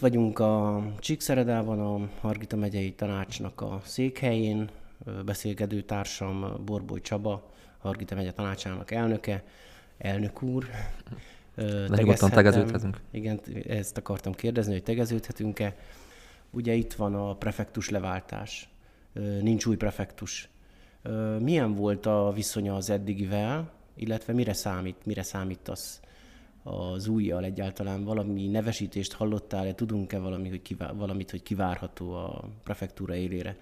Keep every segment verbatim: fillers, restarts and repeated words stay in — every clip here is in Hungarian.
vagyunk a Csíkszeredában, a Hargita megyei tanácsnak a székhelyén. Beszélgető társam Borboly Csaba, Hargita megye tanácsának elnöke, elnök úr. Nyugodtan tegeződhetünk. Igen, ezt akartam kérdezni, hogy tegeződhetünk-e. Ugye itt van a prefektus leváltás, nincs új prefektus. Milyen volt a viszonya az eddigivel, illetve mire számít, mire számítasz az újjal egyáltalán? Valami nevesítést hallottál-e? Tudunk-e valami, hogy kivá- valamit, hogy kivárható a prefektúra élére?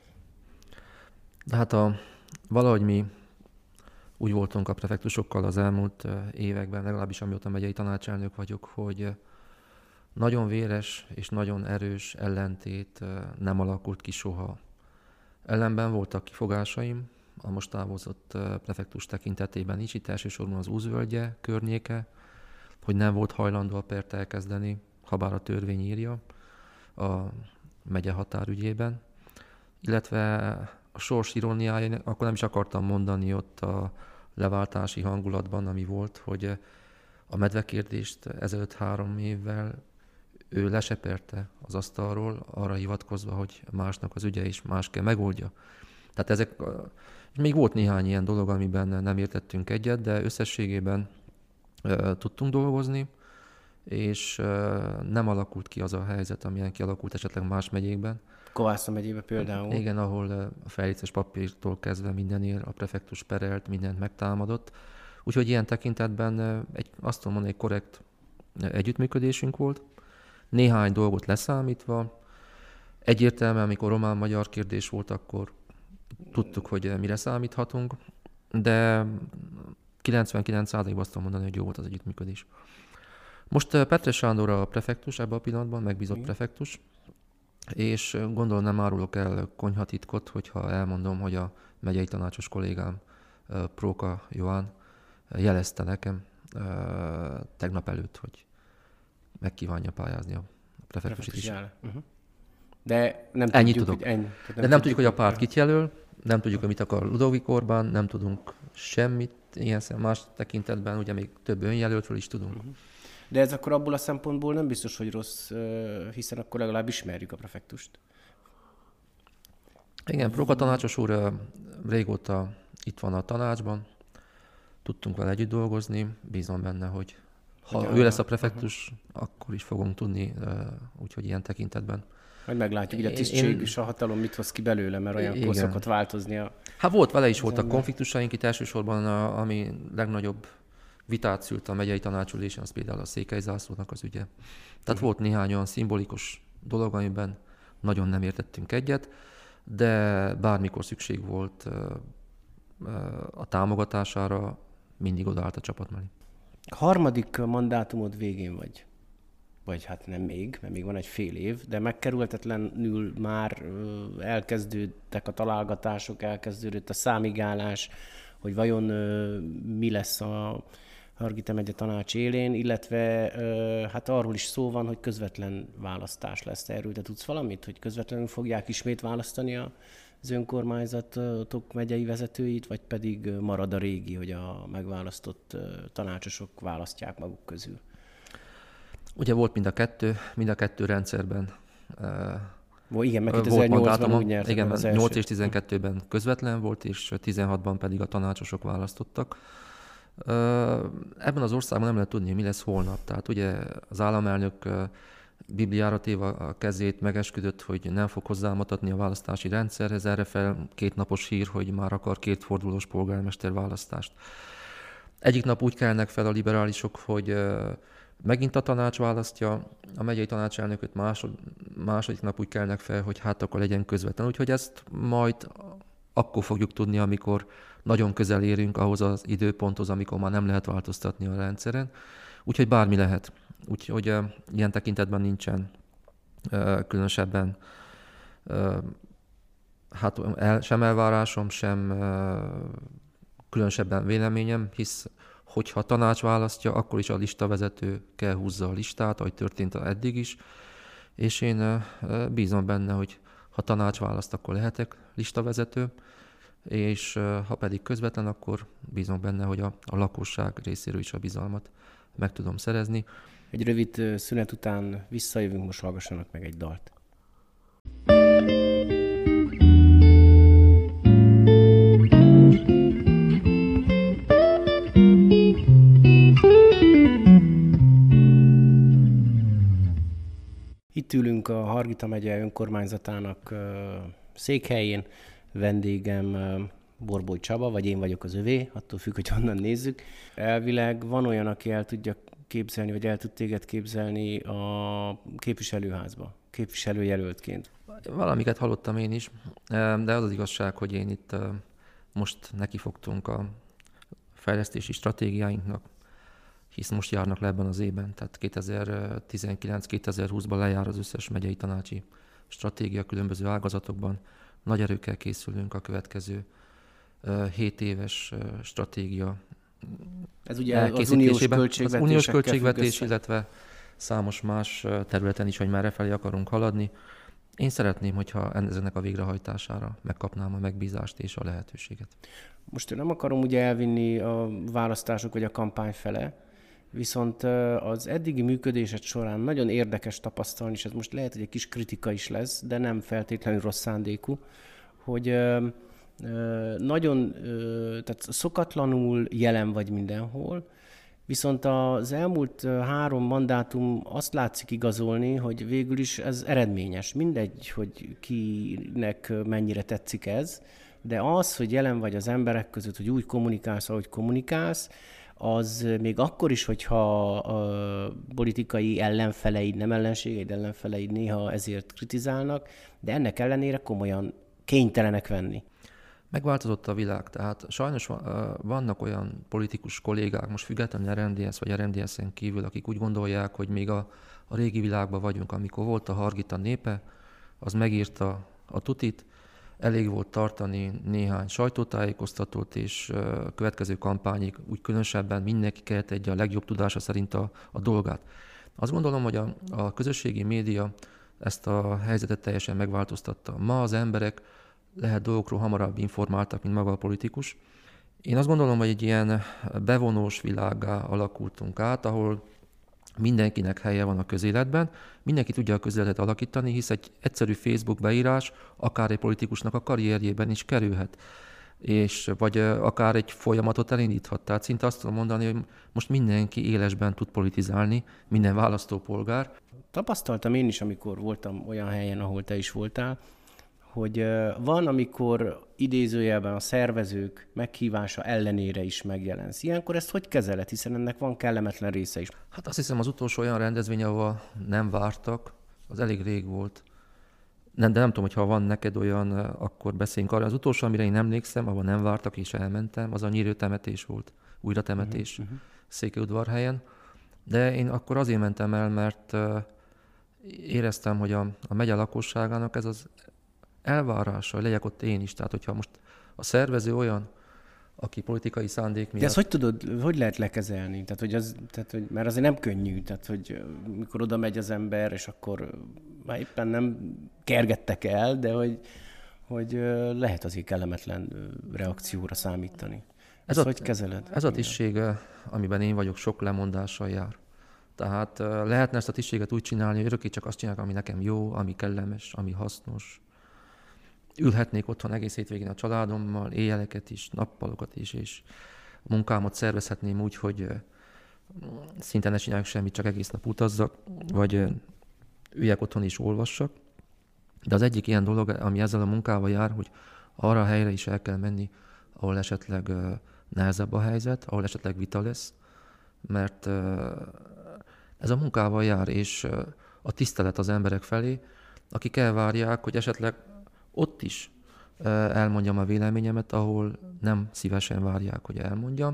De hát a, valahogy mi úgy voltunk a prefektusokkal az elmúlt években, legalábbis amióta megyei tanácselnök vagyok, hogy nagyon véres és nagyon erős ellentét nem alakult ki soha. Ellenben voltak kifogásaim a most távozott prefektus tekintetében is, itt elsősorban az Úzvölgye környéke, hogy nem volt hajlandó a pert elkezdeni, habár a törvény írja a megye határügyében. Illetve a sors iróniája, akkor nem is akartam mondani ott a leváltási hangulatban, ami volt, hogy a medvekérdést ezelőtt három évvel ő leseperte az asztalról, arra hivatkozva, hogy másnak az ügye is más kell megoldja. Tehát ezek, még volt néhány ilyen dolog, amiben nem értettünk egyet, de összességében e, tudtunk dolgozni, és e, nem alakult ki az a helyzet, amilyen kialakult esetleg más megyékben. Kovászna megyében például. Igen, ahol a fejléces papírtól kezdve mindenért a prefektus perelt, mindent megtámadott. Úgyhogy ilyen tekintetben egy, azt tudom mondani, egy korrekt együttműködésünk volt. Néhány dolgot leszámítva. Egyértelműen, amikor román-magyar kérdés volt, akkor tudtuk, hogy mire számíthatunk, de kilencvenkilenc százalékban azt tudom mondani, hogy jó volt az együttműködés. Most Petre Sándor a prefektus ebben a pillanatban, megbízott Igen. prefektus, és gondolom nem árulok el konyhatitkot, hogyha elmondom, hogy a megyei tanácsos kollégám Próka Joán jelezte nekem tegnap előtt, hogy megkívánja pályázni a prefektusit is. Uh-huh. De nem Ennyit tudjuk, tudok. Hogy ennyi. Nem De nem tudjuk, hogy a párt kit jelöl, nem tudjuk, hogy mit akar Ludovik Orbán, nem tudunk semmit ilyen szem más tekintetben, ugye még több önjelöltről is tudunk. Uh-huh. De ez akkor abból a szempontból nem biztos, hogy rossz, hiszen akkor legalább ismerjük a prefektust. Igen, Próka tanácsos úr régóta itt van a tanácsban, tudtunk vele együtt dolgozni, bízom benne, hogy ha Ugyan, ő lesz a prefektus, uh-huh. akkor is fogunk tudni, úgyhogy ilyen tekintetben. Majd meglátjuk, hogy a tisztség én... és a hatalom mit hoz ki belőle, mert olyankor szokott változni a... Hát volt, vele is voltak konfliktusaink itt elsősorban, a, ami legnagyobb vitát szült a megyei tanácsülésen, az például a székelyzászlónak az ügye. Tehát uh-huh. volt néhány olyan szimbolikus dolog, amiben nagyon nem értettünk egyet, de bármikor szükség volt a támogatására, mindig odaállt a csapat mellé. A harmadik mandátumod végén vagy. Vagy hát nem még, mert még van egy fél év, de megkerülhetetlenül már elkezdődtek a találgatások, elkezdődött a számigálás, hogy vajon mi lesz a Hargita megye tanács élén, illetve hát arról is szó van, hogy közvetlen választás lesz. Erről te tudsz valamit, hogy közvetlenül fogják ismét választani az önkormányzatok megyei vezetőit, vagy pedig marad a régi, hogy a megválasztott tanácsosok választják maguk közül? Ugye volt mind a kettő, mind a kettő rendszerben. Ó, igen, meg kétezer-nyolcban úgy nyertek igen, az nyolc és tizenkettőben közvetlen volt, és tizenhatban pedig a tanácsosok választottak. Ebben az országban nem lehet tudni, mi lesz holnap. Tehát ugye az államelnök Bibliára téve a kezét megesküdött, hogy nem fog hozzámutatni a választási rendszerhez, erre fel két napos hír, hogy már akar kétfordulós polgármester választást. Egyik nap úgy kelnek fel a liberálisok, hogy megint a tanács választja, a megyei tanácselnököt másod, második nap úgy kelnek fel, hogy hát akkor legyen közvetlen. Úgyhogy ezt majd akkor fogjuk tudni, amikor nagyon közel érünk ahhoz az időponthoz, amikor már nem lehet változtatni a rendszeren. Úgyhogy bármi lehet. Úgyhogy uh, ilyen tekintetben nincsen uh, különösebben uh, hát el, sem elvárásom, sem uh, különösebben véleményem, hisz hogyha a tanács választja, akkor is a listavezető kell húzza a listát, ahogy történt eddig is, és én uh, bízom benne, hogy ha tanács választ, akkor lehetek listavezető, és uh, ha pedig közvetlen, akkor bízom benne, hogy a, a lakosság részéről is a bizalmat meg tudom szerezni. Egy rövid szünet után visszajövünk, most hallgassanak meg egy dalt. Itt ülünk a Hargita megye önkormányzatának székhelyén, vendégem Borbóly Csaba, vagy én vagyok az övé, attól függ, hogy honnan nézzük. Elvileg van olyan, aki el tudja képzelni, vagy el tud téged képzelni a képviselőházba, képviselőjelöltként. Valamiket hallottam én is, de az az igazság, hogy én itt most nekifogtunk a fejlesztési stratégiáinknak, hisz most járnak le ebben az évben, tehát kétezer-tizenkilenc-kétezer-húszban lejár az összes megyei tanácsi stratégia különböző ágazatokban. Nagy erőkkel készülünk a következő hét éves stratégia. Ez ugye az uniós költségvetés, az uniós költségvetés, illetve számos más területen is, hogy merre felé akarunk haladni. Én szeretném, hogyha ezeknek a végrehajtására megkapnám a megbízást és a lehetőséget. Most én nem akarom ugye elvinni a választások vagy a kampány fele, viszont az eddigi működésed során nagyon érdekes tapasztalni, és ez most lehet, hogy egy kis kritika is lesz, de nem feltétlenül rossz szándékú, hogy nagyon tehát szokatlanul jelen vagy mindenhol, viszont az elmúlt három mandátum azt látszik igazolni, hogy végül is ez eredményes. Mindegy, hogy kinek mennyire tetszik ez, de az, hogy jelen vagy az emberek között, hogy úgy kommunikálsz, ahogy kommunikálsz, az még akkor is, hogyha a politikai ellenfeleid, nem ellenségeid, ellenfeleid néha ezért kritizálnak, de ennek ellenére komolyan kénytelenek venni. Megváltozott a világ, tehát sajnos vannak olyan politikus kollégák, most függetlenül er en dé es vagy er en dé es-en kívül, akik úgy gondolják, hogy még a, a régi világban vagyunk, amikor volt a Hargita népe, az megírta a tutit, elég volt tartani néhány sajtótájékoztatót, és a következő kampányig úgy különösebben mindenki kellett egy a legjobb tudása szerint a, a dolgát. Azt gondolom, hogy a, a közösségi média ezt a helyzetet teljesen megváltoztatta. Ma az emberek lehet dolgokról hamarabb informáltak, mint maga a politikus. Én azt gondolom, hogy egy ilyen bevonós világgá alakultunk át, ahol mindenkinek helye van a közéletben, mindenki tudja a közéletet alakítani, hisz egy egyszerű Facebook beírás akár egy politikusnak a karrierjében is kerülhet, és vagy akár egy folyamatot elindíthat. Tehát szinte azt tudom mondani, hogy most mindenki élesben tud politizálni, minden választópolgár. Tapasztaltam én is, amikor voltam olyan helyen, ahol te is voltál, hogy van, amikor idézőjelben a szervezők meghívása ellenére is megjelensz. Ilyenkor ezt hogy kezeled, hiszen ennek van kellemetlen része is? Hát azt hiszem, az utolsó olyan rendezvény, ahol nem vártak, az elég rég volt. Nem, de nem tudom, hogy ha van neked olyan, akkor beszéljünk arra. Az utolsó, amire én emlékszem, ahol nem vártak és elmentem, az a nyírő temetés volt, újra temetés uh-huh. Székelyudvarhelyen. De én akkor azért mentem el, mert éreztem, hogy a, a megye lakosságának ez az elvárása, hogy legyek ott én is. Tehát, hogyha most a szervező olyan, aki politikai szándék miatt... De ezt hogy tudod, hogy lehet lekezelni? Tehát, hogy az, tehát, hogy, mert azért nem könnyű. Tehát, hogy mikor oda megy az ember, és akkor már éppen nem kergettek el, de hogy, hogy lehet azért kellemetlen reakcióra számítani. Ezt ez hogy a, kezeled? Ez a tisztség, amiben én vagyok, sok lemondással jár. Tehát lehetne ezt a tisztséget úgy csinálni, hogy örökké csak azt csinálok, ami nekem jó, ami kellemes, ami hasznos. Ülhetnék otthon egész hétvégén a családommal, éjjeleket is, nappalokat is, és a munkámat szervezhetném úgy, hogy szinte ne csináljak semmit, csak egész nap utazzak, vagy üljek otthon és olvassak. De az egyik ilyen dolog, ami ezzel a munkával jár, hogy arra a helyre is el kell menni, ahol esetleg nehezebb a helyzet, ahol esetleg vita lesz, mert ez a munkával jár, és a tisztelet az emberek felé, akik elvárják, hogy esetleg ott is elmondjam a véleményemet, ahol nem szívesen várják, hogy elmondjam.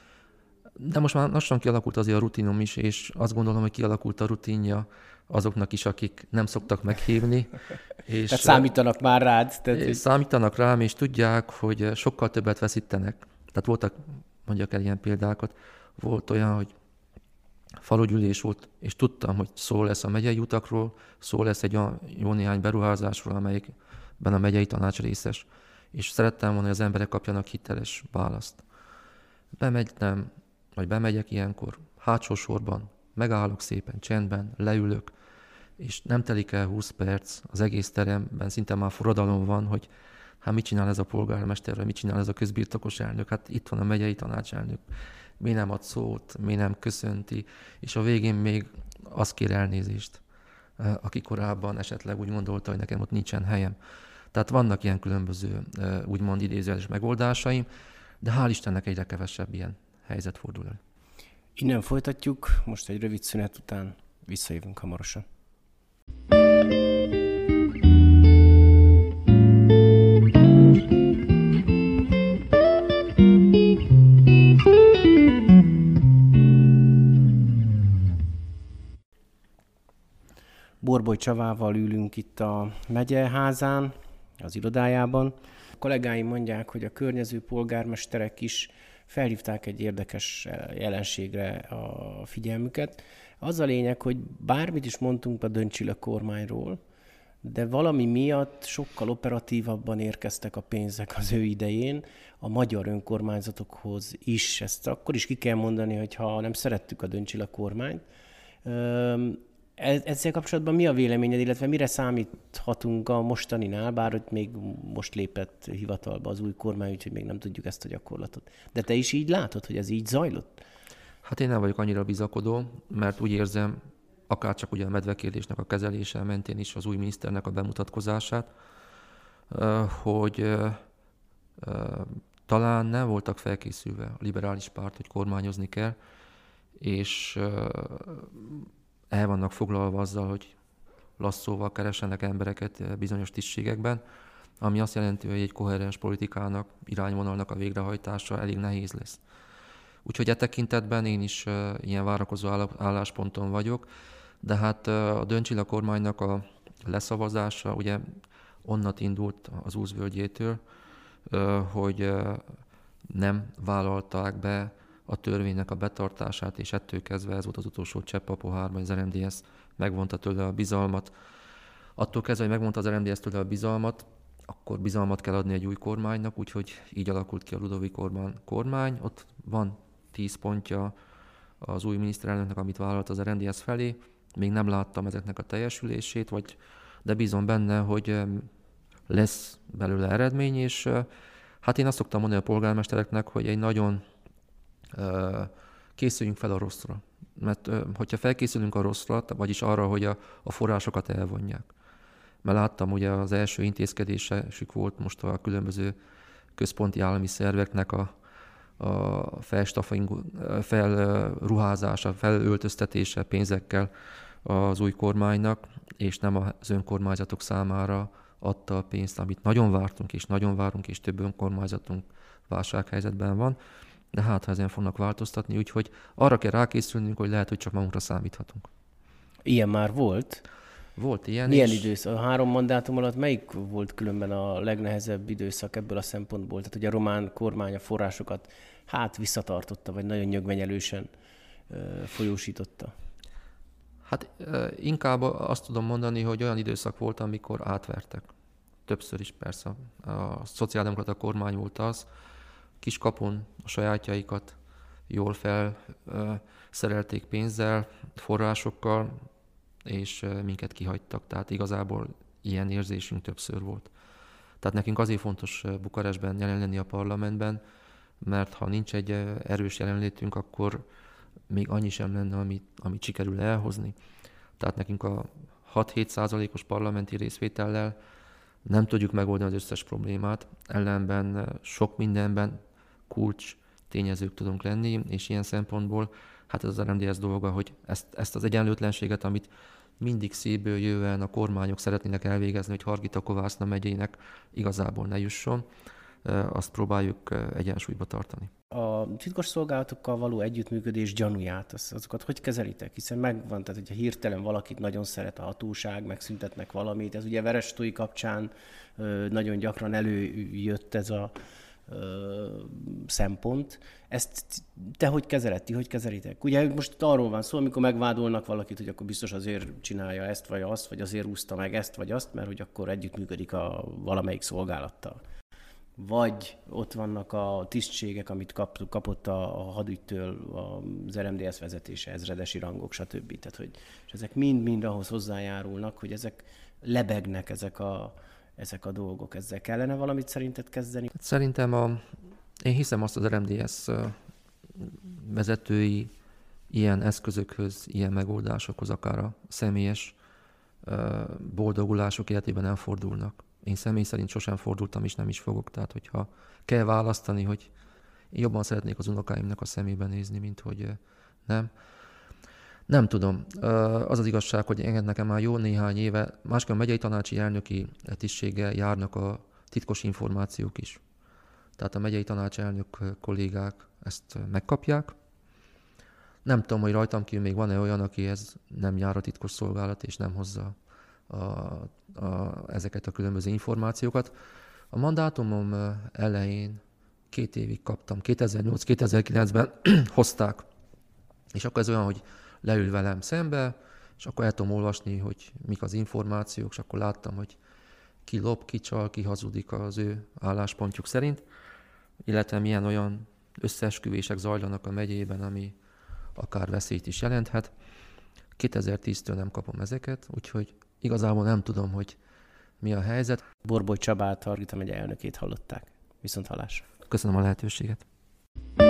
De most már lassan kialakult azért a rutinom is, és azt gondolom, hogy kialakult a rutinja azoknak is, akik nem szoktak meghívni. És tehát számítanak már rád? Tehát... Számítanak rám, és tudják, hogy sokkal többet veszítenek. Tehát voltak, mondjak el ilyen példákat, volt olyan, hogy falugyűlés volt, és tudtam, hogy szó lesz a megyei utakról, szó lesz egy olyan jó néhány beruházásról, amelyikben a megyei tanács részes. És szerettem volna, hogy az emberek kapjanak hiteles választ. Bemegytem, vagy bemegyek ilyenkor, hátsó sorban, Megállok szépen csendben, leülök, és nem telik el húsz perc, az egész teremben szinte már forradalom van, hogy hát mit csinál ez a polgármester, vagy mit csinál ez a közbirtokos elnök, hát itt van a megyei tanácselnök, mi nem ad szót, mi nem köszönti, és a végén még azt kér elnézést, aki korábban esetleg úgy gondolta, hogy nekem ott nincsen helyem. Tehát vannak ilyen különböző, úgymond idézőjeles megoldásaim, de hál' Istennek egyre kevesebb ilyen helyzet fordul elő. Innen folytatjuk, most egy rövid szünet után visszajövünk hamarosan. Borboly Csavával ülünk itt a megyeházán, az irodájában. A kollégáim mondják, hogy a környező polgármesterek is felhívták egy érdekes jelenségre a figyelmüket. Az a lényeg, hogy bármit is mondtunk a Döncsila kormányról, de valami miatt sokkal operatívabban érkeztek a pénzek az ő idején a magyar önkormányzatokhoz is. Ezt akkor is ki kell mondani, hogy ha nem szerettük a Döncsila kormányt. Ezzel kapcsolatban mi a véleményed, illetve mire számíthatunk a mostaninál, bár hogy még most lépett hivatalba az új kormány, úgyhogy még nem tudjuk ezt a gyakorlatot. De te is így látod, hogy ez így zajlott? Hát én nem vagyok annyira bizakodó, mert úgy érzem, akárcsak ugye a medvekérdésnek a kezelése mentén is az új miniszternek a bemutatkozását, hogy talán nem voltak felkészülve a liberális párt, hogy kormányozni kell, és el vannak foglalva azzal, hogy lasszóval keresenek embereket bizonyos tisztségekben, ami azt jelenti, hogy egy koherens politikának, irányvonalnak a végrehajtása elég nehéz lesz. Úgyhogy e tekintetben én is ilyen várakozó állásponton vagyok, de hát a Döncsila kormánynak a leszavazása ugye onnat indult az Úszvölgyétől, hogy nem vállalták be a törvénynek a betartását, és ettől kezdve ez volt az utolsó csepp a pohárban, az er em dé es megvonta tőle a bizalmat. Attól kezdve, hogy megvonta az er em dé es tőle a bizalmat, akkor bizalmat kell adni egy új kormánynak, úgyhogy így alakult ki a Ludovik Orbán kormány. Ott van tíz pontja az új miniszterelnöknek, amit vállalt az er em dé es felé. Még nem láttam ezeknek a teljesülését, vagy, de bízom benne, hogy lesz belőle eredmény, és hát én azt szoktam mondani a polgármestereknek, hogy egy nagyon készüljünk fel a rosszra. Mert hogyha felkészülünk a rosszra, vagyis arra, hogy a, a forrásokat elvonják. Mert láttam, ugye az első intézkedésük volt most a különböző központi állami szerveknek a, a felruházása, felöltöztetése pénzekkel az új kormánynak, és nem az önkormányzatok számára adta a pénzt, amit nagyon vártunk, és nagyon várunk, és több önkormányzatunk válsághelyzetben van. De hát, ha ezen fognak változtatni, úgyhogy arra kell rákészülnünk, hogy lehet, hogy csak magunkra számíthatunk. Ilyen már volt? Volt ilyen. Milyen és... időszak? A három mandátum alatt melyik volt különben a legnehezebb időszak ebből a szempontból? Tehát, hogy a román kormány a forrásokat hát visszatartotta, vagy nagyon nyögvenyelősen uh, folyósította? Hát uh, inkább azt tudom mondani, hogy olyan időszak volt, amikor átvertek. Többször is persze. A szociáldemokrata kormány volt az, kiskapun a sajátjaikat jól felszerelték pénzzel, forrásokkal, és minket kihagytak. Tehát igazából ilyen érzésünk többször volt. Tehát nekünk azért fontos Bukarestben jelen lenni a parlamentben, mert ha nincs egy erős jelenlétünk, akkor még annyi sem lenne, amit, amit sikerül elhozni. Tehát nekünk a hat-hét százalékos parlamenti részvétellel nem tudjuk megoldani az összes problémát, ellenben sok mindenben kulcs tényezők tudunk lenni, és ilyen szempontból hát ez az er em dé es dolga, hogy ezt, ezt az egyenlőtlenséget, amit mindig szívből jöven a kormányok szeretnének elvégezni, hogy Hargita-Kovászna megyének igazából ne jusson, azt próbáljuk egyensúlyba tartani. A titkos szolgálatokkal való együttműködés gyanúját, az, azokat hogy kezelitek? Hiszen megvan, tehát hogyha hirtelen valakit nagyon szeret a hatóság, megszüntetnek valamit, ez ugye Verestói kapcsán nagyon gyakran előjött ez a ö, szempont. Ezt te hogy kezeled, ti hogy kezelitek? Ugye most arról van szó, amikor megvádolnak valakit, hogy akkor biztos azért csinálja ezt vagy azt, vagy azért úszta meg ezt vagy azt, mert hogy akkor együttműködik a valamelyik szolgálattal. vagy ott vannak a tisztségek, amit kap, kapott a, a hadügytől az er em dé es vezetése, ezredesi rangok, stb. Tehát, hogy, és ezek mind-mind ahhoz hozzájárulnak, hogy ezek lebegnek ezek a, ezek a dolgok. Ezzel kellene valamit szerinted kezdeni? Szerintem a, én hiszem azt az er em dé es vezetői ilyen eszközökhöz, ilyen megoldásokhoz, akár a személyes boldogulások életében nem fordulnak. Én személy szerint sosem fordultam, és nem is fogok. Tehát, hogyha kell választani, hogy én jobban szeretnék az unokáimnak a szemébe nézni, mint hogy nem. Nem tudom. Az az igazság, hogy enged nekem már jó néhány éve, máskor a megyei tanácsi elnöki tisztséggel járnak a titkos információk is. Tehát a megyei tanácselnök kollégák ezt megkapják. Nem tudom, hogy rajtam kívül még van-e olyan, akihez nem jár a titkos szolgálat, és nem hozza a, a, ezeket a különböző információkat. A mandátumom elején két évig kaptam, kétezer-nyolc-kétezer-kilencben hozták. És akkor ez olyan, hogy leül velem szembe, és akkor el tudom olvasni, hogy mik az információk, és akkor láttam, hogy ki lop, ki csal, ki hazudik az ő álláspontjuk szerint, illetve milyen olyan összeesküvések zajlanak a megyében, ami akár veszélyt is jelenthet. kétezer-tíztől nem kapom ezeket, úgyhogy igazából nem tudom, hogy mi a helyzet. Borboly Csabát, Hargita megye elnökét hallották. Viszont hallásra. Köszönöm a lehetőséget.